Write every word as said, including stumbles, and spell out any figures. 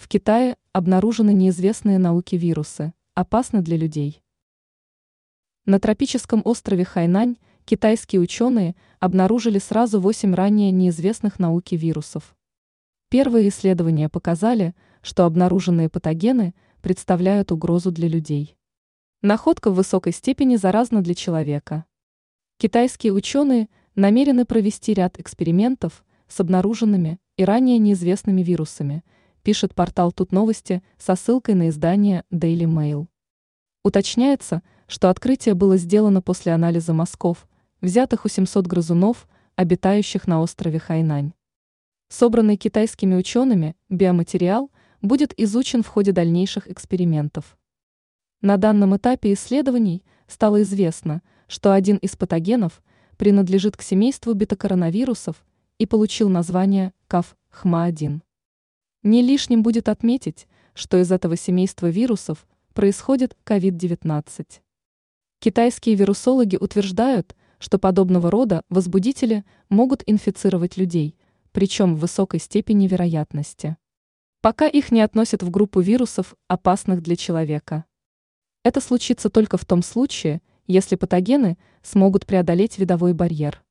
В Китае обнаружены неизвестные науке вирусы, опасны для людей. На тропическом острове Хайнань китайские ученые обнаружили сразу восемь ранее неизвестных науке вирусов. Первые исследования показали, что обнаруженные патогены представляют угрозу для людей. Находка в высокой степени заразна для человека. Китайские ученые намерены провести ряд экспериментов с обнаруженными и ранее неизвестными вирусами, пишет портал Тут Новости со ссылкой на издание Daily Mail. Уточняется, что открытие было сделано после анализа мазков, взятых у семисот грызунов, обитающих на острове Хайнань. Собранный китайскими учеными биоматериал будет изучен в ходе дальнейших экспериментов. На данном этапе исследований стало известно, что один из патогенов принадлежит к семейству бета-коронавирусов и получил название кав эйч эм а один. Не лишним будет отметить, что из этого семейства вирусов происходит ковид девятнадцать. Китайские вирусологи утверждают, что подобного рода возбудители могут инфицировать людей, причем в высокой степени вероятности. Пока их не относят в группу вирусов, опасных для человека. Это случится только в том случае, если патогены смогут преодолеть видовой барьер.